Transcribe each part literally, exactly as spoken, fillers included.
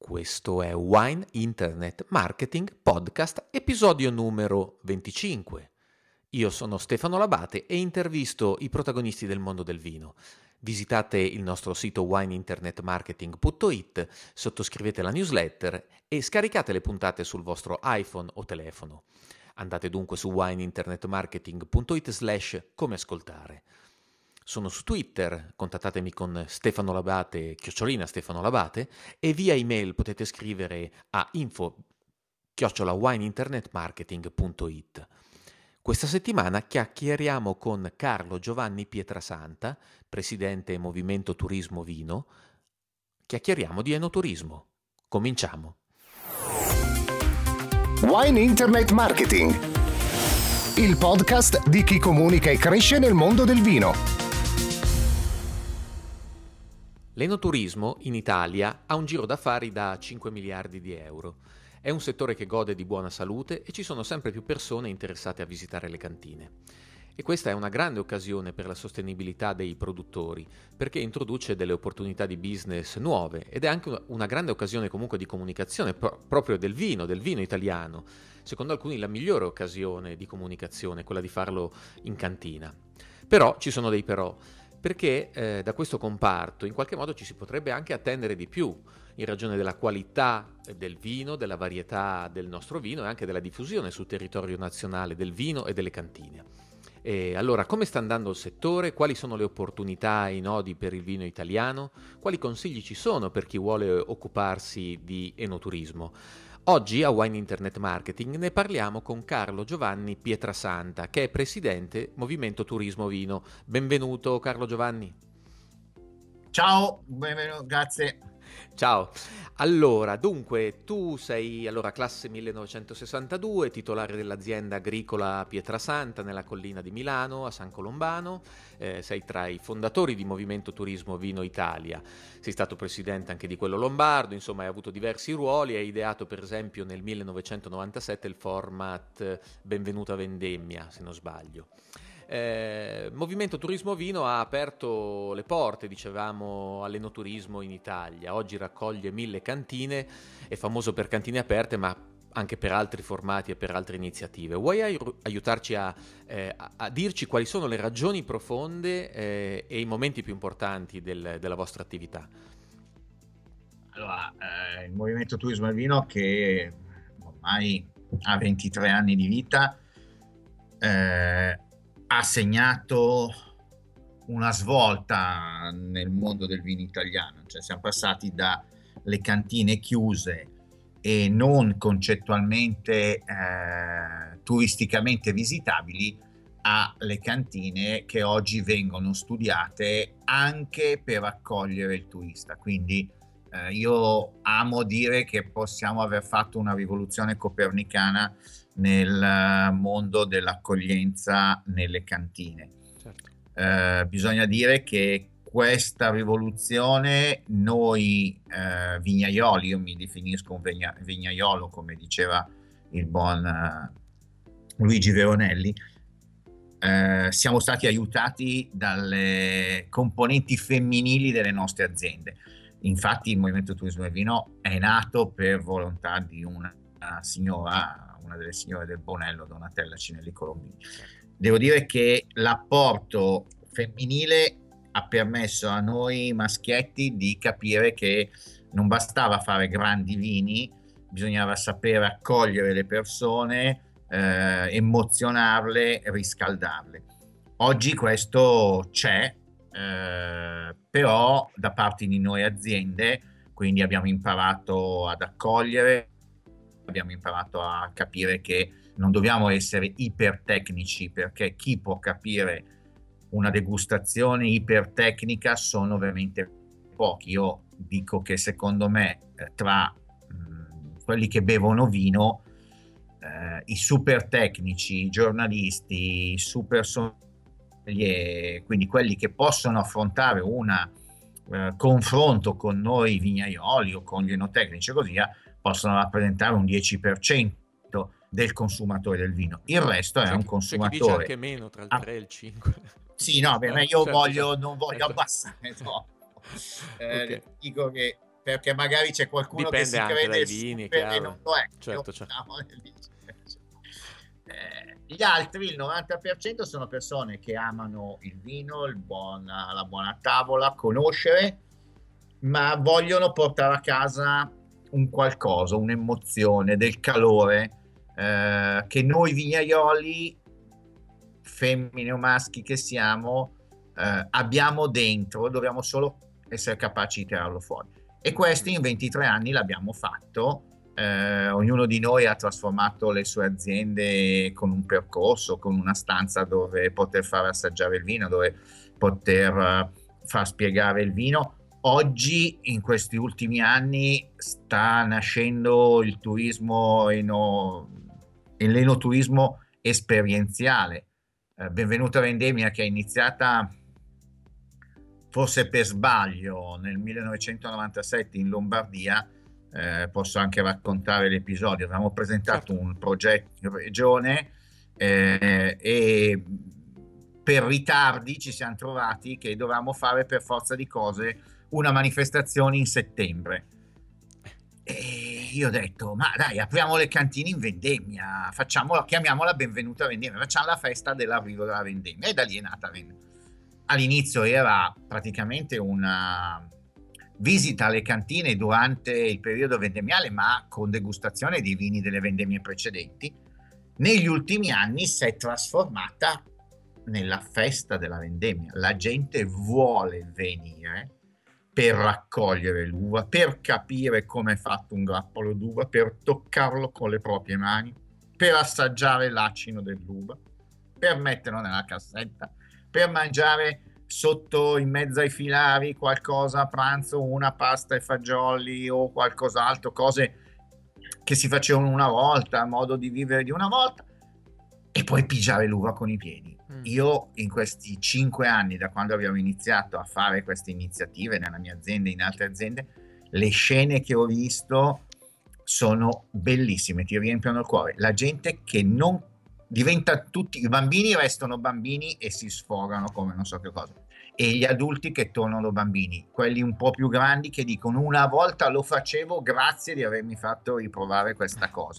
Questo è Wine Internet Marketing Podcast, episodio numero venticinque. Io sono Stefano Labate e intervisto i protagonisti del mondo del vino. Visitate il nostro sito wine internet marketing punto it, sottoscrivete la newsletter e scaricate le puntate sul vostro iPhone o telefono. Andate dunque su wine internet marketing punto it slash come ascoltare. Sono su Twitter, contattatemi con Stefano Labate, chiocciolina Stefano Labate, e via email potete scrivere a info chiocciola wine internet marketing punto it. Questa settimana chiacchieriamo con Carlo Giovanni Pietrasanta, presidente Movimento Turismo Vino. Chiacchieriamo di enoturismo. Cominciamo. Wine Internet Marketing, il podcast di chi comunica e cresce nel mondo del vino. L'enoturismo in Italia ha un giro d'affari da cinque miliardi di euro. È un settore che gode di buona salute e ci sono sempre più persone interessate a visitare le cantine. E questa è una grande occasione per la sostenibilità dei produttori, perché introduce delle opportunità di business nuove ed è anche una grande occasione comunque di comunicazione pro- proprio del vino, del vino italiano. Secondo alcuni la migliore occasione di comunicazione è quella di farlo in cantina. Però ci sono dei però. Perché eh, da questo comparto in qualche modo ci si potrebbe anche attendere di più in ragione della qualità del vino, della varietà del nostro vino e anche della diffusione sul territorio nazionale del vino e delle cantine. E allora, come sta andando il settore? Quali sono le opportunità e i nodi per il vino italiano? Quali consigli ci sono per chi vuole occuparsi di enoturismo? Oggi a Wine Internet Marketing ne parliamo con Carlo Giovanni Pietrasanta, che è presidente Movimento Turismo Vino. Benvenuto Carlo Giovanni. Ciao, benvenuto, grazie. Ciao. Allora, dunque, tu sei allora classe millenovecentosessantadue, titolare dell'azienda agricola Pietrasanta nella collina di Milano, a San Colombano, eh, sei tra i fondatori di Movimento Turismo Vino Italia, sei stato presidente anche di quello lombardo, insomma hai avuto diversi ruoli, hai ideato per esempio nel millenovecentonovantasette il format Benvenuta Vendemmia, se non sbaglio. Eh, Movimento Turismo Vino ha aperto le porte, dicevamo, all'enoturismo in Italia. Oggi raccoglie mille cantine, è famoso per cantine aperte, ma anche per altri formati e per altre iniziative. Vuoi ai- aiutarci a, eh, a, a dirci quali sono le ragioni profonde eh, e i momenti più importanti del, della vostra attività? Allora, eh, il Movimento Turismo e Vino, che ormai ha ventitré anni di vita, eh, ha segnato una svolta nel mondo del vino italiano, cioè siamo passati dalle cantine chiuse e non concettualmente eh, turisticamente visitabili alle cantine che oggi vengono studiate anche per accogliere il turista. Quindi eh, io amo dire che possiamo aver fatto una rivoluzione copernicana nel mondo dell'accoglienza nelle cantine. Certo. Eh, bisogna dire che questa rivoluzione noi eh, vignaioli, io mi definisco un vigna- vignaiolo come diceva il buon eh, Luigi Veronelli, eh, siamo stati aiutati dalle componenti femminili delle nostre aziende. Infatti il Movimento Turismo e Vino è nato per volontà di una, una signora, una delle signore del Bonello, Donatella Cinelli Colombini. Devo dire che l'apporto femminile ha permesso a noi maschietti di capire che non bastava fare grandi vini, bisognava sapere accogliere le persone, eh, emozionarle, riscaldarle. Oggi questo c'è, eh, però da parte di noi aziende, quindi abbiamo imparato ad accogliere, abbiamo imparato a capire che non dobbiamo essere ipertecnici, perché chi può capire una degustazione ipertecnica sono veramente pochi. Io dico che secondo me eh, tra mh, quelli che bevono vino, eh, i super tecnici, i giornalisti, i super sommelier, quindi quelli che possono affrontare un eh, confronto con noi vignaioli o con gli enotecnici e così via, possono rappresentare un dieci per cento del consumatore del vino. Il resto è c'è un chi, consumatore. C'è chi dice anche meno, tra il tre e il cinque. Sì, no, beh, eh, io certo, voglio, certo, non voglio certo. abbassare troppo. Eh, Okay. Dico che perché magari c'è qualcuno dipende che si anche crede dai vini, super e non lo è. certo, certo. Eh, gli altri, il novanta per cento, sono persone che amano il vino, il buon, la buona tavola, conoscere, ma vogliono portare a casa un qualcosa, un'emozione, del calore, eh, che noi vignaioli, femmine o maschi che siamo, eh, abbiamo dentro, dobbiamo solo essere capaci di tirarlo fuori. E questo in ventitré anni l'abbiamo fatto. Eh, ognuno di noi ha trasformato le sue aziende con un percorso, con una stanza dove poter far assaggiare il vino, dove poter uh, far spiegare il vino. Oggi, in questi ultimi anni, sta nascendo il turismo, eno, l'enoturismo esperienziale. Eh, benvenuta Vendemmia, che è iniziata forse per sbaglio nel millenovecentonovantasette in Lombardia. Eh, posso anche raccontare l'episodio. Avevamo presentato certo. un progetto in regione eh, e per ritardi ci siamo trovati che dovevamo fare per forza di cose una manifestazione in settembre. E io ho detto, ma dai, apriamo le cantine in vendemmia, facciamola, chiamiamola Benvenuta Vendemmia, facciamo la festa dell'arrivo della vendemmia. E da lì è nata vendemmia. All'inizio era praticamente una visita alle cantine durante il periodo vendemmiale, ma con degustazione dei vini delle vendemmie precedenti. Negli ultimi anni si è trasformata nella festa della vendemmia. La gente vuole venire per raccogliere l'uva, per capire come è fatto un grappolo d'uva, per toccarlo con le proprie mani, per assaggiare l'acino dell'uva, per metterlo nella cassetta, per mangiare sotto in mezzo ai filari qualcosa a pranzo, una pasta e fagioli o qualcos'altro, cose che si facevano una volta, modo di vivere di una volta, e poi pigiare l'uva con i piedi. Mm. Io in questi cinque anni, da quando abbiamo iniziato a fare queste iniziative nella mia azienda e in altre aziende, le scene che ho visto sono bellissime, ti riempiono il cuore. La gente che non diventa, tutti i bambini restano bambini e si sfogano come non so che cosa, e gli adulti che tornano bambini, quelli un po' più grandi che dicono una volta lo facevo, grazie di avermi fatto riprovare questa cosa.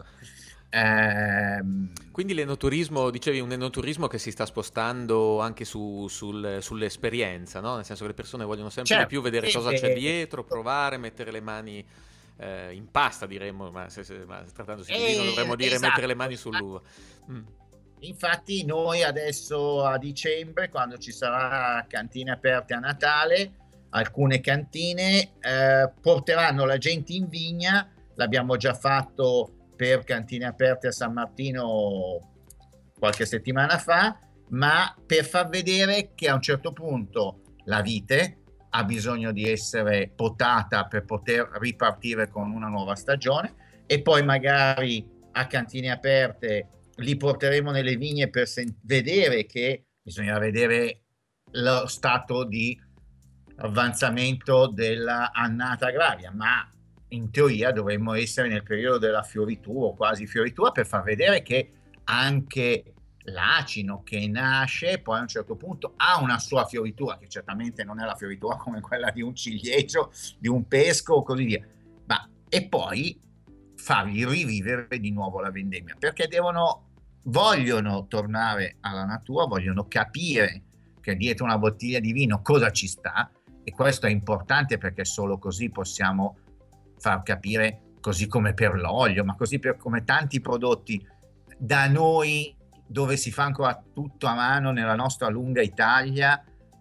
Ehm... Quindi l'enoturismo, dicevi, un enoturismo che si sta spostando anche su, sul, sull'esperienza, no? Nel senso che le persone vogliono sempre certo, di più vedere cosa c'è dietro, provare, mettere le mani eh, in pasta, diremmo, ma, se, se, ma trattandosi di vino dovremmo dire esatto, mettere le mani sull'uva. Mm. Infatti noi adesso a dicembre, quando ci sarà cantine aperte a Natale, alcune cantine eh, porteranno la gente in vigna. L'abbiamo già fatto per cantine aperte a San Martino qualche settimana fa, ma per far vedere che a un certo punto la vite ha bisogno di essere potata per poter ripartire con una nuova stagione, e poi magari a cantine aperte li porteremo nelle vigne per sen- vedere che bisogna vedere lo stato di avanzamento della annata agraria, ma in teoria dovremmo essere nel periodo della fioritura o quasi fioritura, per far vedere che anche l'acino che nasce poi a un certo punto ha una sua fioritura, che certamente non è la fioritura come quella di un ciliegio, di un pesco o così via, ma e poi fargli rivivere di nuovo la vendemmia, perché devono vogliono tornare alla natura, vogliono capire che dietro una bottiglia di vino cosa ci sta, e questo è importante perché solo così possiamo far capire, così come per l'olio, ma così per come tanti prodotti da noi, dove si fa ancora tutto a mano nella nostra lunga Italia,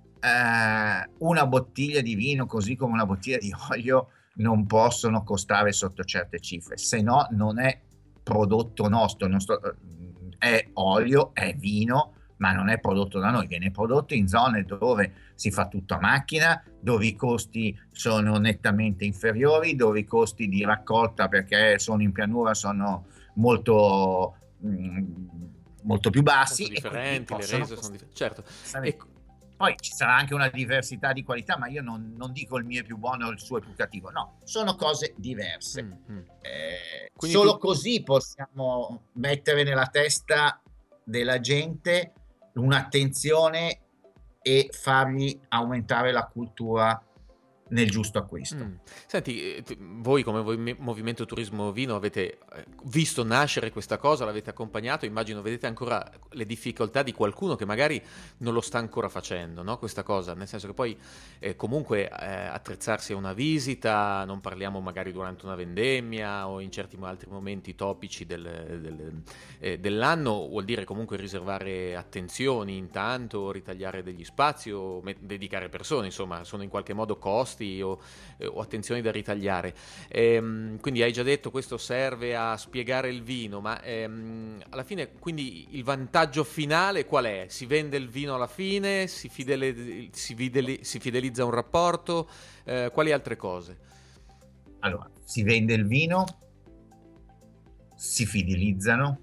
eh, una bottiglia di vino così come una bottiglia di olio non possono costare sotto certe cifre, se no non è prodotto nostro, nostro è olio, è vino, ma non è prodotto da noi, viene prodotto in zone dove si fa tutto a macchina, dove i costi sono nettamente inferiori, dove i costi di raccolta, perché sono in pianura, sono molto mh, molto più bassi, molto differenti, le rese sono differenti, certo. E poi ci sarà anche una diversità di qualità, ma io non, non dico il mio è più buono o il suo è più cattivo, no, sono cose diverse. Mm-hmm. Eh, solo tu... così possiamo mettere nella testa della gente un'attenzione e fargli aumentare la cultura nel giusto acquisto. Mm. Senti, voi come Movimento Turismo Vino avete visto nascere questa cosa, l'avete accompagnato, immagino vedete ancora le difficoltà di qualcuno che magari non lo sta ancora facendo, no? Questa cosa, nel senso che poi eh, comunque eh, attrezzarsi a una visita, non parliamo magari durante una vendemmia o in certi altri momenti topici del, del, eh, dell'anno, vuol dire comunque riservare attenzioni intanto, ritagliare degli spazi o me- dedicare persone, insomma sono in qualche modo costi O, o attenzioni da ritagliare. Ehm, quindi hai già detto questo serve a spiegare il vino, ma ehm, alla fine quindi il vantaggio finale qual è? Si vende il vino alla fine, si, fidele, si, fideli, si fidelizza un rapporto, eh, quali altre cose? Allora, si vende il vino, si fidelizzano,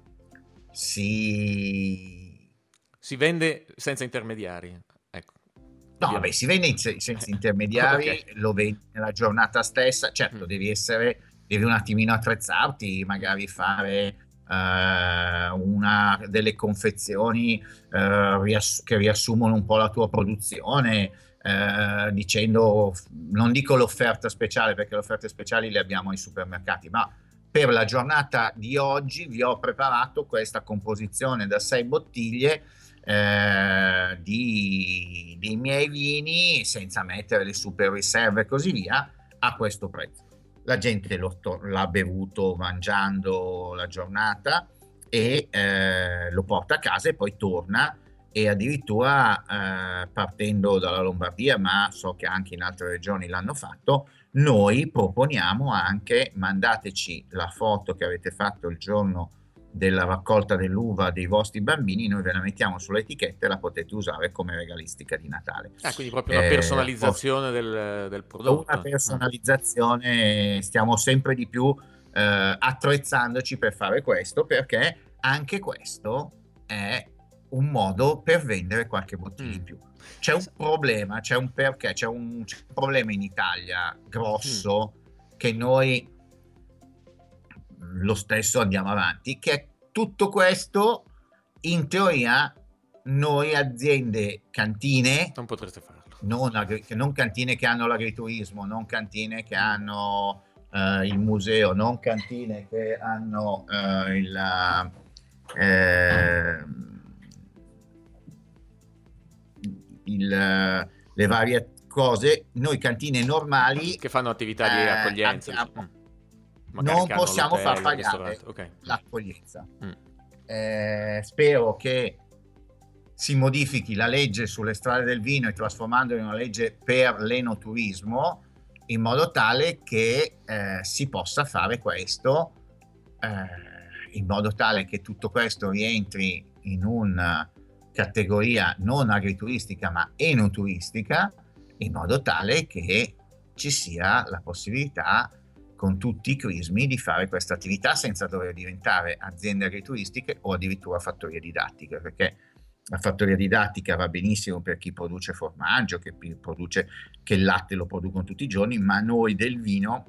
si... Si vende senza intermediari. No, vabbè, si vende in, senza intermediari, okay. Lo vendi nella giornata stessa, certo mm. devi essere, devi un attimino attrezzarti, magari fare uh, una delle confezioni uh, riass- che riassumono un po' la tua produzione, uh, dicendo, non dico l'offerta speciale perché le offerte speciali le abbiamo ai supermercati, ma per la giornata di oggi vi ho preparato questa composizione da sei bottiglie Eh, di, dei miei vini senza mettere le super riserve e così via a questo prezzo. La gente lo, l'ha bevuto mangiando la giornata e eh, lo porta a casa e poi torna, e addirittura eh, partendo dalla Lombardia, ma so che anche in altre regioni l'hanno fatto, noi proponiamo anche: mandateci la foto che avete fatto il giorno della raccolta dell'uva dei vostri bambini, noi ve la mettiamo sull'etichetta e la potete usare come regalistica di Natale. Ah, quindi proprio una personalizzazione eh, del, del prodotto. Una personalizzazione, stiamo sempre di più eh, attrezzandoci per fare questo, perché anche questo è un modo per vendere qualche bottiglia mm. in più. C'è un problema, c'è un perché, c'è un, c'è un problema in Italia grosso mm. che noi lo stesso andiamo avanti, che tutto questo in teoria noi aziende cantine non potreste farlo, non, agri- non cantine che hanno l'agriturismo, non cantine che hanno eh, il museo, non cantine che hanno eh, il eh, il, le varie cose, noi cantine normali che fanno attività di accoglienza eh, abbiamo, non possiamo far pagare okay. l'accoglienza. Mm. Eh, spero che si modifichi la legge sulle strade del vino e trasformandola in una legge per l'enoturismo, in modo tale che eh, si possa fare questo, eh, in modo tale che tutto questo rientri in una categoria non agrituristica ma enoturistica, in modo tale che ci sia la possibilità con tutti i crismi di fare questa attività senza dover diventare aziende agrituristiche o addirittura fattorie didattiche, perché la fattoria didattica va benissimo per chi produce formaggio, che produce, che il latte lo producono tutti i giorni, ma noi del vino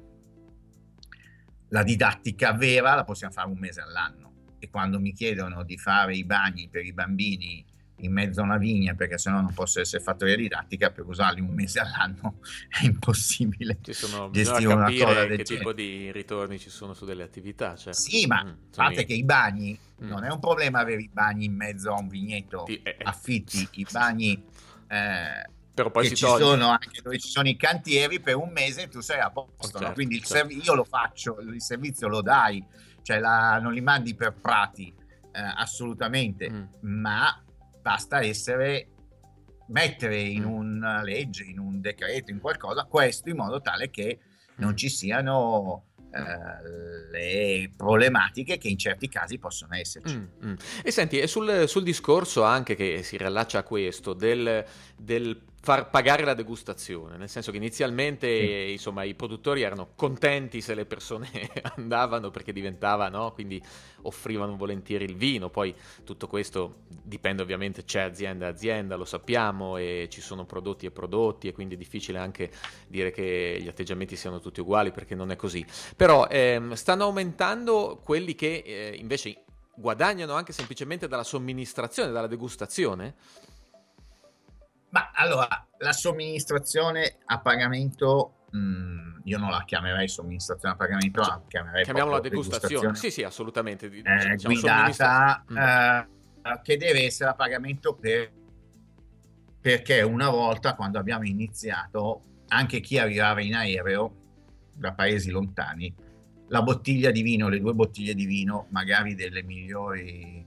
la didattica vera la possiamo fare un mese all'anno, e quando mi chiedono di fare i bagni per i bambini in mezzo a una vigna, perché sennò non posso essere fattoria didattica, per usarli un mese all'anno è impossibile. Ci sono, bisogna capire che tipo di ritorni ci sono su delle attività, certo. Sì, ma mm, a parte i... che i bagni mm. non è un problema avere i bagni in mezzo a un vigneto, sì, eh, affitti i bagni eh, però poi che si ci toglie. Sono anche dove ci sono i cantieri per un mese e tu sei a posto, certo, no? Quindi il certo. serv- io lo faccio, il servizio lo dai, cioè la, non li mandi per prati eh, assolutamente, mm. ma basta essere, mettere in mm. una legge, in un decreto, in qualcosa, questo in modo tale che non ci siano eh, le problematiche che in certi casi possono esserci. Mm, mm. E senti, e sul, sul discorso anche che si riallaccia a questo, del, del far pagare la degustazione, nel senso che inizialmente sì. insomma i produttori erano contenti se le persone andavano, perché diventava, no? Quindi offrivano volentieri il vino, poi tutto questo dipende ovviamente, c'è azienda a azienda, lo sappiamo, e ci sono prodotti e prodotti, e quindi è difficile anche dire che gli atteggiamenti siano tutti uguali, perché non è così. Però ehm, stanno aumentando quelli che eh, invece guadagnano anche semplicemente dalla somministrazione, dalla degustazione? Ma allora, la somministrazione a pagamento, mh, io non la chiamerei somministrazione a pagamento, Cioè, ma chiamerei chiamiamola proprio degustazione. degustazione Sì, sì, assolutamente. Di- eh, Diciamo somministrazione. guidata, Mm. eh, che deve essere a pagamento per, perché una volta, quando abbiamo iniziato, anche chi arrivava in aereo da paesi lontani, la bottiglia di vino, le due bottiglie di vino, magari delle migliori,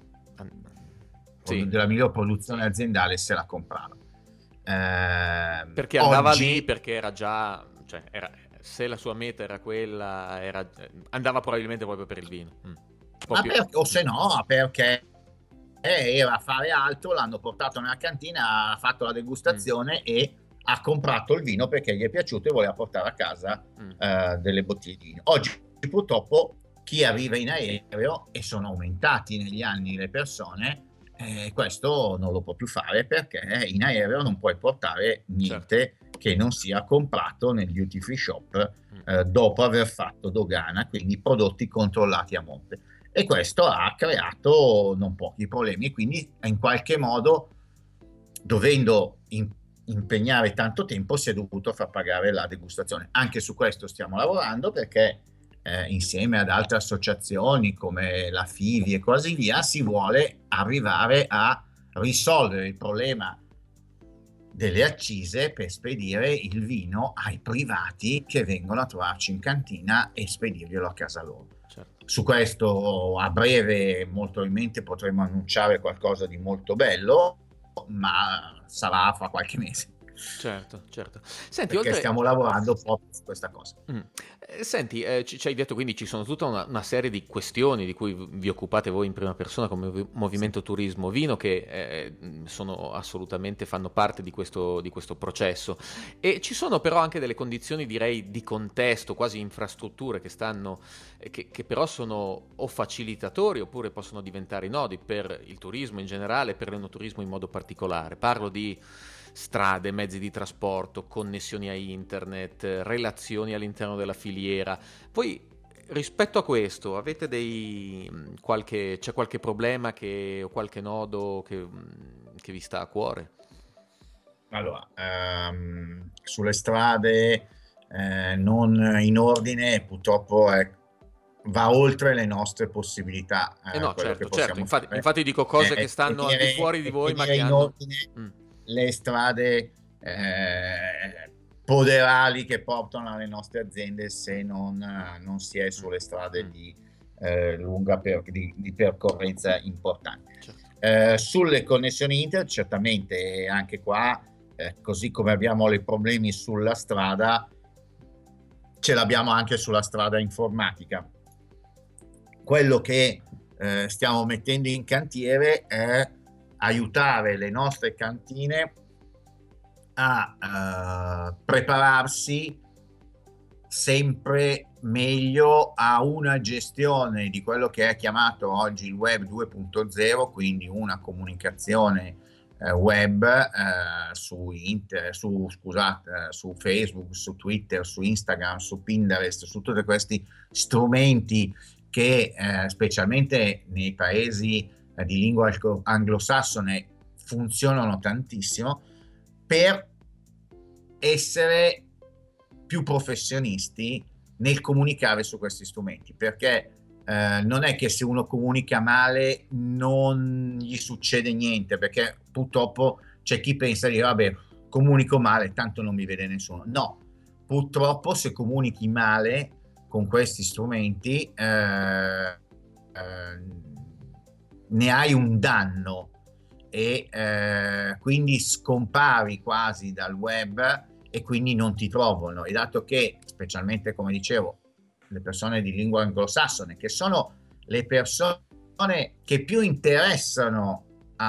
Sì. della miglior produzione aziendale, se la comprava. Eh, Perché andava oggi, lì, perché era già, cioè, era, se la sua meta era quella, era, andava probabilmente proprio per il vino. Mm. Un po' ma più. per, o se no, perché era a fare altro, l'hanno portato nella cantina, ha fatto la degustazione Mm. e ha comprato il vino perché gli è piaciuto e voleva portare a casa Mm. eh, delle bottiglie di vino. Oggi purtroppo chi arriva in aereo, e sono aumentati negli anni le persone, eh, questo non lo può più fare perché in aereo non puoi portare niente Certo. che non sia comprato nel duty free shop Mm. eh, dopo aver fatto dogana, quindi prodotti controllati a monte. E questo ha creato non pochi problemi e quindi in qualche modo, dovendo in, impegnare tanto tempo, si è dovuto far pagare la degustazione. Anche su questo stiamo lavorando perché eh, insieme ad altre associazioni come la FIVI e così via si vuole arrivare a risolvere il problema delle accise per spedire il vino ai privati che vengono a trovarci in cantina e spedirglielo a casa loro. Certo. Su questo a breve molto probabilmente potremo annunciare qualcosa di molto bello, ma sarà fra qualche mese. Certo, certo. Senti, Perché oltre... stiamo lavorando proprio su questa cosa. Mm. Eh, senti, eh, ci, ci hai detto quindi ci sono tutta una, una serie di questioni di cui vi occupate voi in prima persona come Movimento Sì. Turismo Vino che eh, sono assolutamente, fanno parte di questo, di questo processo e ci sono però anche delle condizioni direi di contesto, quasi infrastrutture che stanno, eh, che, che però sono o facilitatori oppure possono diventare nodi per il turismo in generale, per l'enoturismo in modo particolare. Parlo di strade, mezzi di trasporto, connessioni a internet, relazioni all'interno della filiera. Voi rispetto a questo avete dei qualche c'è qualche problema che, o qualche nodo che, che vi sta a cuore? Allora, ehm, sulle strade eh, non in ordine purtroppo è, va oltre le nostre possibilità Eh eh, no, quello che certo, certo, possiamo infatti, fare. infatti dico cose che Eh, stanno al di tenere, fuori di e voi ma tenere che in hanno... ordine Mm, le strade eh, poderali che portano alle nostre aziende se non, non si è sulle strade mm, di eh, lunga per, di, di percorrenza importante. certo. Eh, sulle connessioni internet, certamente anche qua, eh, così come abbiamo i problemi sulla strada, ce l'abbiamo anche sulla strada informatica. Quello che eh, stiamo mettendo in cantiere è aiutare le nostre cantine a eh, prepararsi sempre meglio a una gestione di quello che è chiamato oggi il web due punto zero, quindi una comunicazione eh, web eh, su, inter, su, scusate, eh, su Facebook, su Twitter, su Instagram, su Pinterest, su tutti questi strumenti che eh, specialmente nei paesi eh, di lingua anglosassone funzionano tantissimo per essere più professionisti nel comunicare su questi strumenti, perché eh, non è che se uno comunica male non gli succede niente, perché purtroppo c'è chi pensa di vabbè, comunico male, tanto non mi vede nessuno. No, purtroppo se comunichi male con questi strumenti eh, eh, ne hai un danno e eh, quindi scompari quasi dal web e quindi non ti trovano. E dato che, specialmente come dicevo, le persone di lingua anglosassone, che sono le persone che più interessano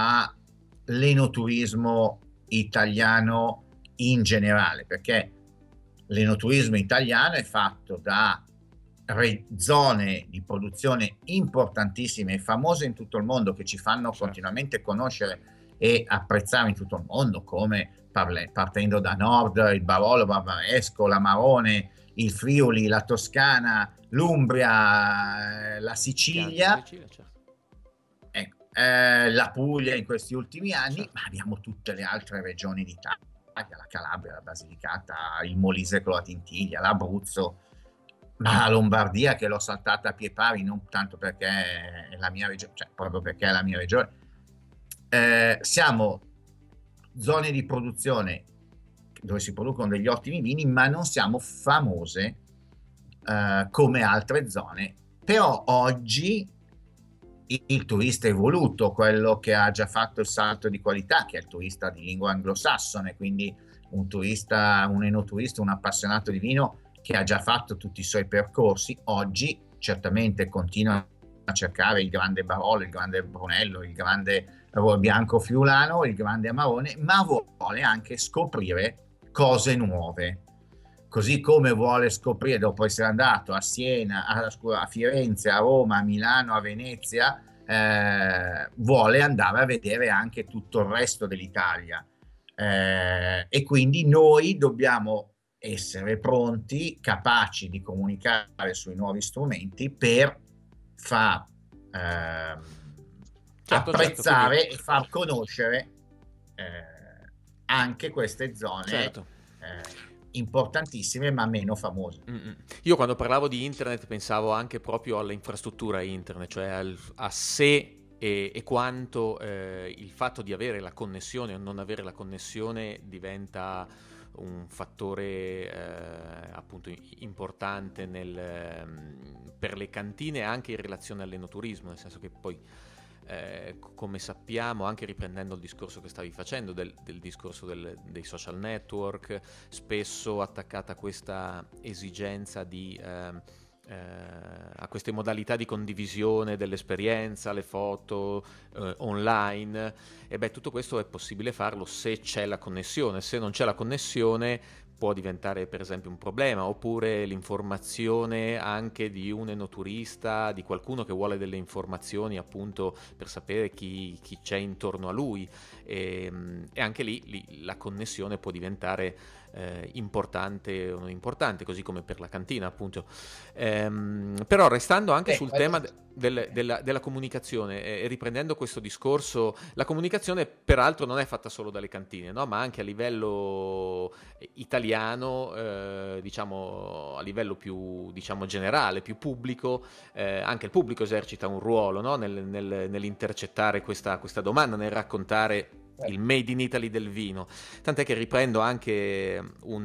all'enoturismo italiano in generale, perché l'enoturismo italiano è fatto da zone di produzione importantissime e famose in tutto il mondo che ci fanno certo. continuamente conoscere e apprezzare in tutto il mondo, come parle, partendo da nord il Barolo Barbaresco, l'Amarone, il Friuli, la Toscana, l'Umbria, la Sicilia. Sicilia certo. Ecco, eh, la Puglia in questi ultimi anni, certo. ma abbiamo tutte le altre regioni d'Italia, la Calabria, la Basilicata, il Molise con la Tintiglia, l'Abruzzo, ma la Lombardia che l'ho saltata a pie pari, non tanto perché è la mia regione, cioè proprio perché è la mia regione. Eh, siamo zone di produzione dove si producono degli ottimi vini, ma non siamo famose eh, come altre zone. Però oggi il, il turista evoluto, quello che ha già fatto il salto di qualità, che è il turista di lingua anglosassone, quindi un turista, un enoturista, un appassionato di vino che ha già fatto tutti i suoi percorsi, oggi certamente continua a cercare il grande Barolo, il grande Brunello, il grande Bianco Friulano, il grande Amarone, ma vuole anche scoprire cose nuove. Così come vuole scoprire, dopo essere andato a Siena, a, a Firenze, a Roma, a Milano, a Venezia, eh, vuole andare a vedere anche tutto il resto dell'Italia. Eh, e quindi noi dobbiamo essere pronti, capaci di comunicare sui nuovi strumenti per far eh, Certo, apprezzare certo, quindi... e far conoscere eh, anche queste zone Certo. eh, importantissime ma meno famose. Mm-mm. Io quando parlavo di internet pensavo anche proprio all'infrastruttura internet, cioè al, a se e, e quanto eh, il fatto di avere la connessione o non avere la connessione diventa un fattore eh, appunto importante nel, ehm, per le cantine anche in relazione all'enoturismo, nel senso che poi eh, come sappiamo, anche riprendendo il discorso che stavi facendo del, del discorso del, dei social network, spesso attaccata a questa esigenza di eh, eh, a queste modalità di condivisione dell'esperienza, le foto eh, online, e beh, tutto questo è possibile farlo se c'è la connessione. Se non c'è la connessione può diventare per esempio un problema, oppure l'informazione anche di un enoturista, di qualcuno che vuole delle informazioni appunto per sapere chi, chi c'è intorno a lui, e, e anche lì, lì la connessione può diventare eh, importante o non importante, così come per la cantina appunto. Ehm, però restando anche Beh, sul quello... tema de- del, della, della comunicazione e riprendendo questo discorso, la comunicazione peraltro non è fatta solo dalle cantine, no? Ma anche a livello italiano, eh, diciamo a livello più diciamo generale, più pubblico, eh, anche il pubblico esercita un ruolo, no? nel, nel, nell'intercettare questa, questa domanda, nel raccontare il made in Italy del vino, tant'è che riprendo anche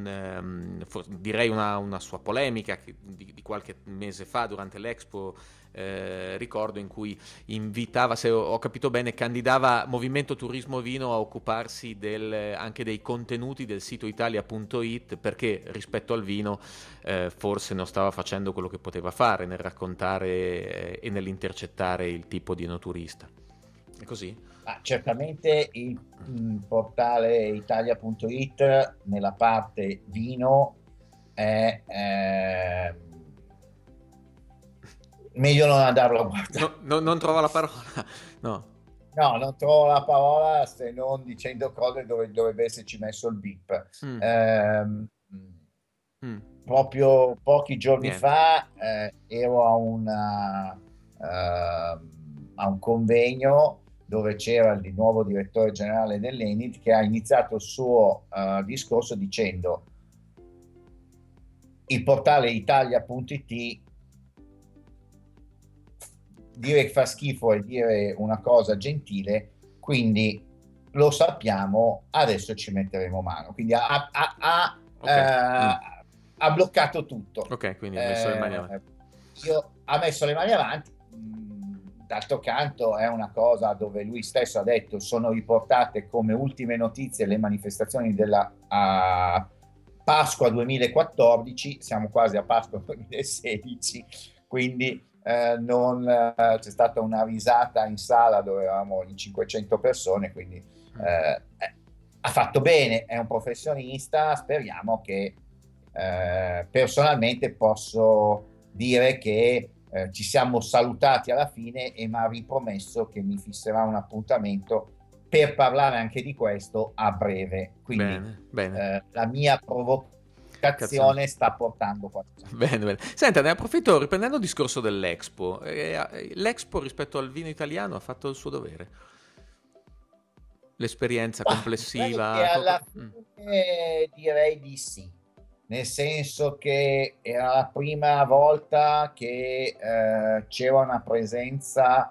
un, um, direi una, una sua polemica che, di, di qualche mese fa durante l'Expo, eh, ricordo, in cui invitava, se ho capito bene, candidava Movimento Turismo Vino a occuparsi del, anche dei contenuti del sito italia punto it, perché rispetto al vino eh, forse non stava facendo quello che poteva fare nel raccontare eh, e nell'intercettare il tipo di enoturista. È così? Ah, certamente il mh, portale italia punto it nella parte vino è eh, meglio non andarlo a guardare. No, no, non trovo la parola, no. No, non trovo la parola se non dicendo cose dove dovrebbe esserci messo il beep. Mm. Ehm, Mm. proprio pochi giorni Niente. fa eh, ero a, una, uh, a un convegno dove c'era il nuovo direttore generale dell'E N I T che ha iniziato il suo uh, discorso dicendo: il portale italia punto it, dire che fa schifo e dire una cosa gentile, quindi lo sappiamo, adesso ci metteremo mano. Quindi ha, ha, ha, Okay. eh, Mm. ha bloccato tutto. Ok, quindi ha messo eh, le mani avanti. Io, ha messo le mani avanti. D'altro canto è una cosa dove lui stesso ha detto: sono riportate come ultime notizie le manifestazioni della uh, Pasqua duemilaquattordici, siamo quasi a Pasqua duemilasedici, quindi eh, non, eh, c'è stata una risata in sala dove eravamo in cinquecento persone, quindi eh, eh, ha fatto bene, è un professionista, speriamo che eh, personalmente posso dire che Eh, ci siamo salutati alla fine e mi ha ripromesso che mi fisserà un appuntamento per parlare anche di questo a breve. Quindi bene, bene. Eh, la mia provocazione l'educazione sta portando qualcosa. Bene, bene. Senta, ne approfitto riprendendo il discorso dell'Expo. Eh, L'Expo rispetto al vino italiano ha fatto il suo dovere? L'esperienza Ma complessiva? direi che alla Mm. fine direi di sì, nel senso che era la prima volta che eh, c'era una presenza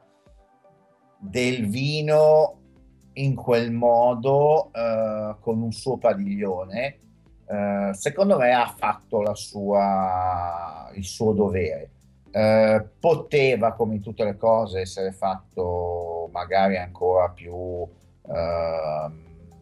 del vino in quel modo, eh, con un suo padiglione. Eh, secondo me ha fatto la sua, il suo dovere. Eh, poteva, come in tutte le cose, essere fatto magari ancora più ehm,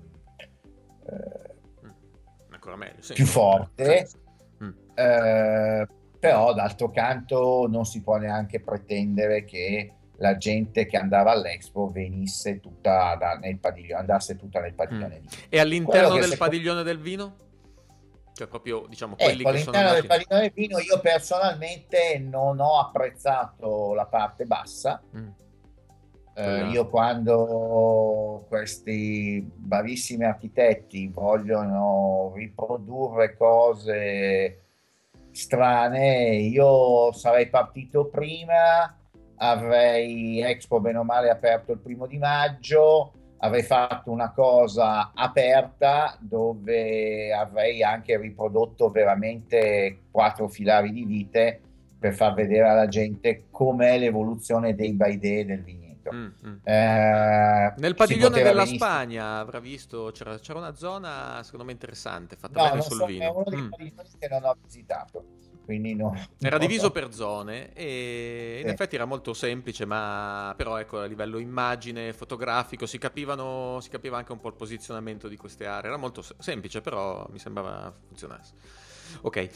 eh, Ancora meglio, sì. più forte, Mm. eh, però d'altro canto non si può neanche pretendere che la gente che andava all'Expo venisse tutta da, nel padiglione, andasse tutta nel padiglione. Mm. Di. E all'interno Quello che del secondo- padiglione del vino? Cioè proprio, diciamo, quelli Ecco, che sono all'interno del andati... padiglione del vino io personalmente non ho apprezzato la parte bassa. Mm. Eh, Quella- io quando questi bravissimi architetti vogliono riprodurre cose strane, io sarei partito prima, avrei Expo bene o male aperto il primo di maggio, avrei fatto una cosa aperta dove avrei anche riprodotto veramente quattro filari di vite per far vedere alla gente com'è l'evoluzione dei by day del vigneto. Mm, mm. Eh, Nel si padiglione poteva della benissimo- Spagna avrà visto, c'era, c'era una zona secondo me interessante, fatta No, bene non sul so, è vino. uno dei Mm. padiglioni che non ho visitato, quindi no. Era no, diviso no. per zone e in Sì. effetti era molto semplice, ma però ecco a livello immagine, fotografico si capivano, si capiva anche un po' il posizionamento di queste aree. Era molto se- semplice, però mi sembrava funzionasse. Ok,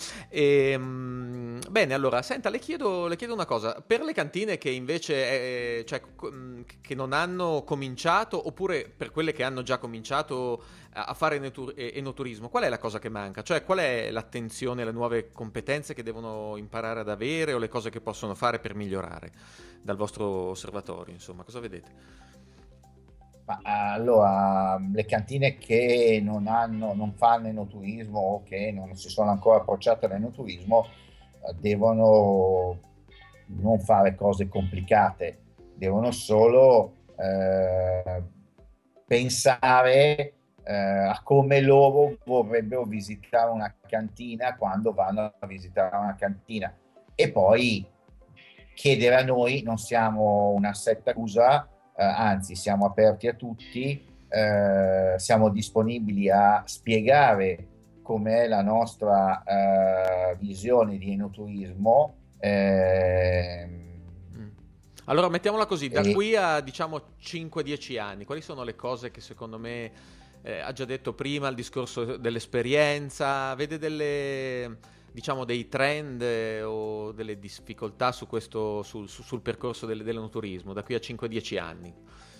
Ehm, bene, allora, senta, le chiedo, le chiedo una cosa. Per le cantine che invece, eh, cioè, co- mh, che non hanno cominciato, oppure per quelle che hanno già cominciato a a fare enotur- e- enoturismo, qual è la cosa che manca? Cioè, qual è l'attenzione, le nuove competenze che devono imparare ad avere o le cose che possono fare per migliorare dal vostro osservatorio, insomma, cosa vedete? Ma allora, le cantine che non hanno, non fanno enoturismo o che non si sono ancora approcciate all'enoturismo, eh, devono non fare cose complicate, devono solo eh, pensare eh, a come loro vorrebbero visitare una cantina quando vanno a visitare una cantina e poi chiedere a noi, non siamo una setta chiusa, eh, anzi siamo aperti a tutti, eh, siamo disponibili a spiegare com'è la nostra eh, visione di enoturismo. ehm, Mm. Allora, mettiamola così, da e qui a diciamo cinque dieci anni, quali sono le cose che secondo me, eh, ha già detto prima, il discorso dell'esperienza, vede delle, diciamo, dei trend eh, o delle difficoltà su questo, sul, su- sul percorso del, dell'enoturismo, da qui a cinque dieci anni?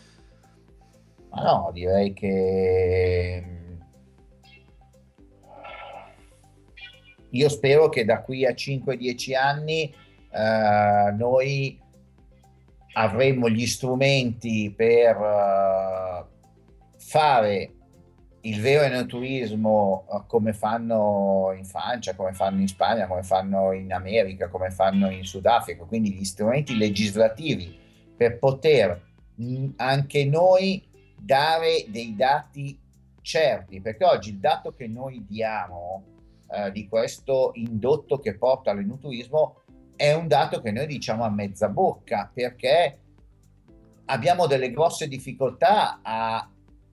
Ma no, direi che mh, io spero che da qui a cinque dieci anni eh, noi avremo gli strumenti per eh, fare il vero enoturismo eh, come fanno in Francia, come fanno in Spagna, come fanno in America, come fanno in Sudafrica, quindi gli strumenti legislativi per poter mh, anche noi dare dei dati certi, perché oggi il dato che noi diamo eh, di questo indotto che porta all'enoturismo è un dato che noi diciamo a mezza bocca, perché abbiamo delle grosse difficoltà a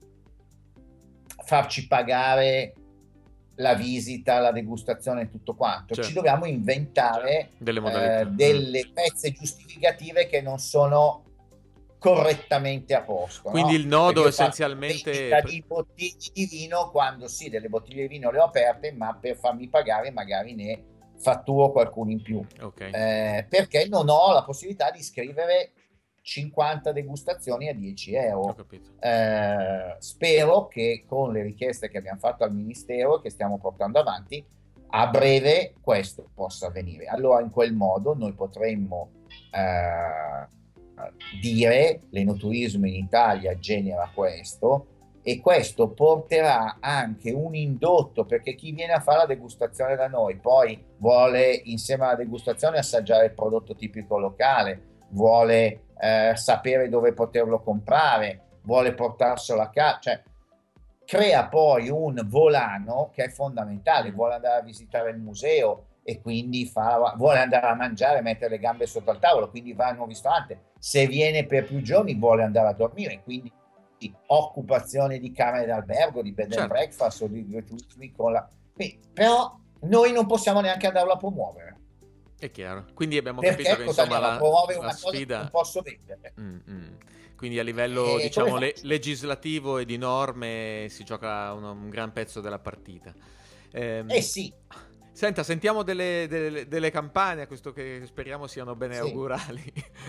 farci pagare la visita, la degustazione e tutto quanto. Certo. Ci dobbiamo inventare Delle modalità. eh, delle pezze giustificative che non sono correttamente a posto. Quindi no? il nodo Perché io faccio essenzialmente... vendita di bottiglie di vino quando sì, delle bottiglie di vino le ho aperte, ma per farmi pagare magari ne fatturo qualcuno in più. Ok. Eh, perché non ho la possibilità di scrivere cinquanta degustazioni a dieci Ho euro. capito. Eh, spero che con le richieste che abbiamo fatto al Ministero e che stiamo portando avanti, a breve questo possa avvenire. Allora in quel modo noi potremmo eh, dire l'enoturismo in Italia genera questo e questo porterà anche un indotto, perché chi viene a fare la degustazione da noi poi vuole insieme alla degustazione assaggiare il prodotto tipico locale, vuole eh, sapere dove poterlo comprare, vuole portarselo a casa, cioè crea poi un volano che è fondamentale, vuole andare a visitare il museo e quindi fa, vuole andare a mangiare, mettere le gambe sotto al tavolo, quindi va in un ristorante, se viene per più giorni vuole andare a dormire, quindi occupazione di camere d'albergo, di bed and certo. breakfast o di turismi con la... Quindi, però noi non possiamo neanche andarlo a promuovere. È chiaro, quindi abbiamo Perché capito che insomma la, promuovere una la cosa sfida che non posso vendere. Mm-hmm. Quindi a livello e diciamo le, legislativo e di norme si gioca un, un gran pezzo della partita. Eh, eh sì. Senta, sentiamo delle, delle, delle campane a questo che speriamo siano bene sì. augurali.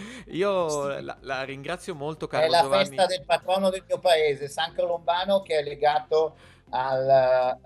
Io sì. la, la ringrazio molto, Carlo È la Giovanni. festa del patrono del mio paese, San Colombano, che è legato al,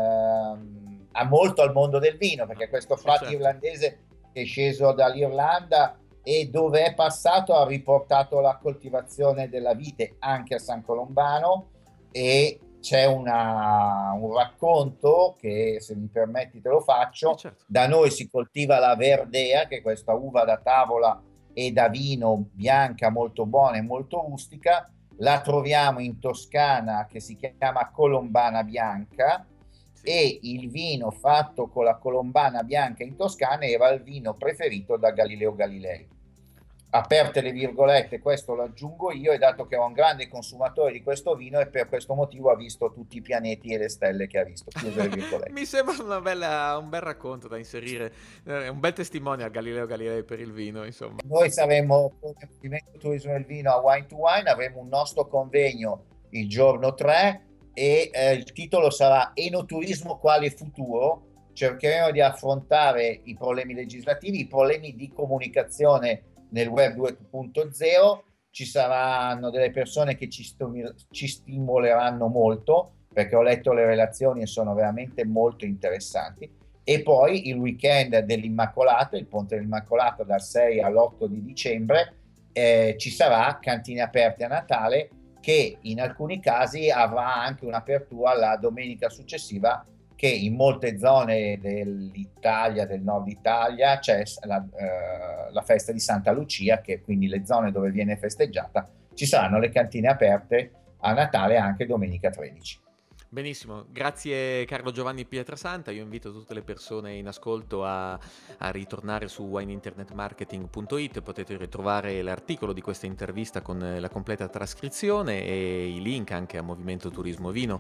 ehm, a molto al mondo del vino, perché questo frate certo. irlandese che è sceso dall'Irlanda e dove è passato ha riportato la coltivazione della vite anche a San Colombano, e c'è una, un racconto che, se mi permetti te lo faccio. Eh certo. Da noi si coltiva la verdea, che è questa uva da tavola e da vino bianca molto buona e molto rustica. La troviamo in Toscana, che si chiama Colombana Bianca, sì. E il vino fatto con la Colombana Bianca in Toscana era il vino preferito da Galileo Galilei. Aperte le virgolette, questo lo aggiungo io, e dato che è un grande consumatore di questo vino e per questo motivo ha visto tutti i pianeti e le stelle che ha visto, chiuse le virgolette. Mi sembra una bella, un bel racconto da inserire, eh, un bel testimone a Galileo Galilei per il vino, insomma. Noi saremo, come Movimento Turismo del Vino a Wine to Wine, avremo un nostro convegno il giorno tre e eh, il titolo sarà Enoturismo quale futuro. Cercheremo di affrontare i problemi legislativi, i problemi di comunicazione nel web due punto zero. Ci saranno delle persone che ci, stimol- ci stimoleranno molto, perché ho letto le relazioni e sono veramente molto interessanti. E poi il weekend dell'Immacolata, il Ponte dell'Immacolata, dal sei all'otto di dicembre, eh, ci sarà cantine aperte a Natale, che in alcuni casi avrà anche un'apertura la domenica successiva, che in molte zone dell'Italia, del nord Italia, c'è la, eh, la festa di Santa Lucia, che quindi le zone dove viene festeggiata, ci saranno le cantine aperte a Natale anche domenica tredici. Benissimo, grazie Carlo Giovanni Pietrasanta. Io invito tutte le persone in ascolto a, a ritornare su wine internet marketing punto it. Potete ritrovare l'articolo di questa intervista con la completa trascrizione e i link anche a Movimento Turismo Vino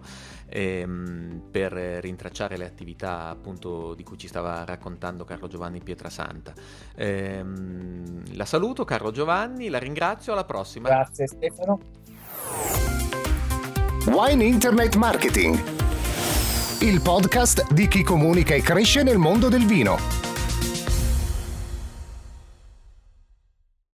ehm, per rintracciare le attività appunto di cui ci stava raccontando Carlo Giovanni Pietrasanta. Ehm, la saluto, Carlo Giovanni, la ringrazio, alla prossima. Grazie Stefano. Wine Internet Marketing, il podcast di chi comunica e cresce nel mondo del vino.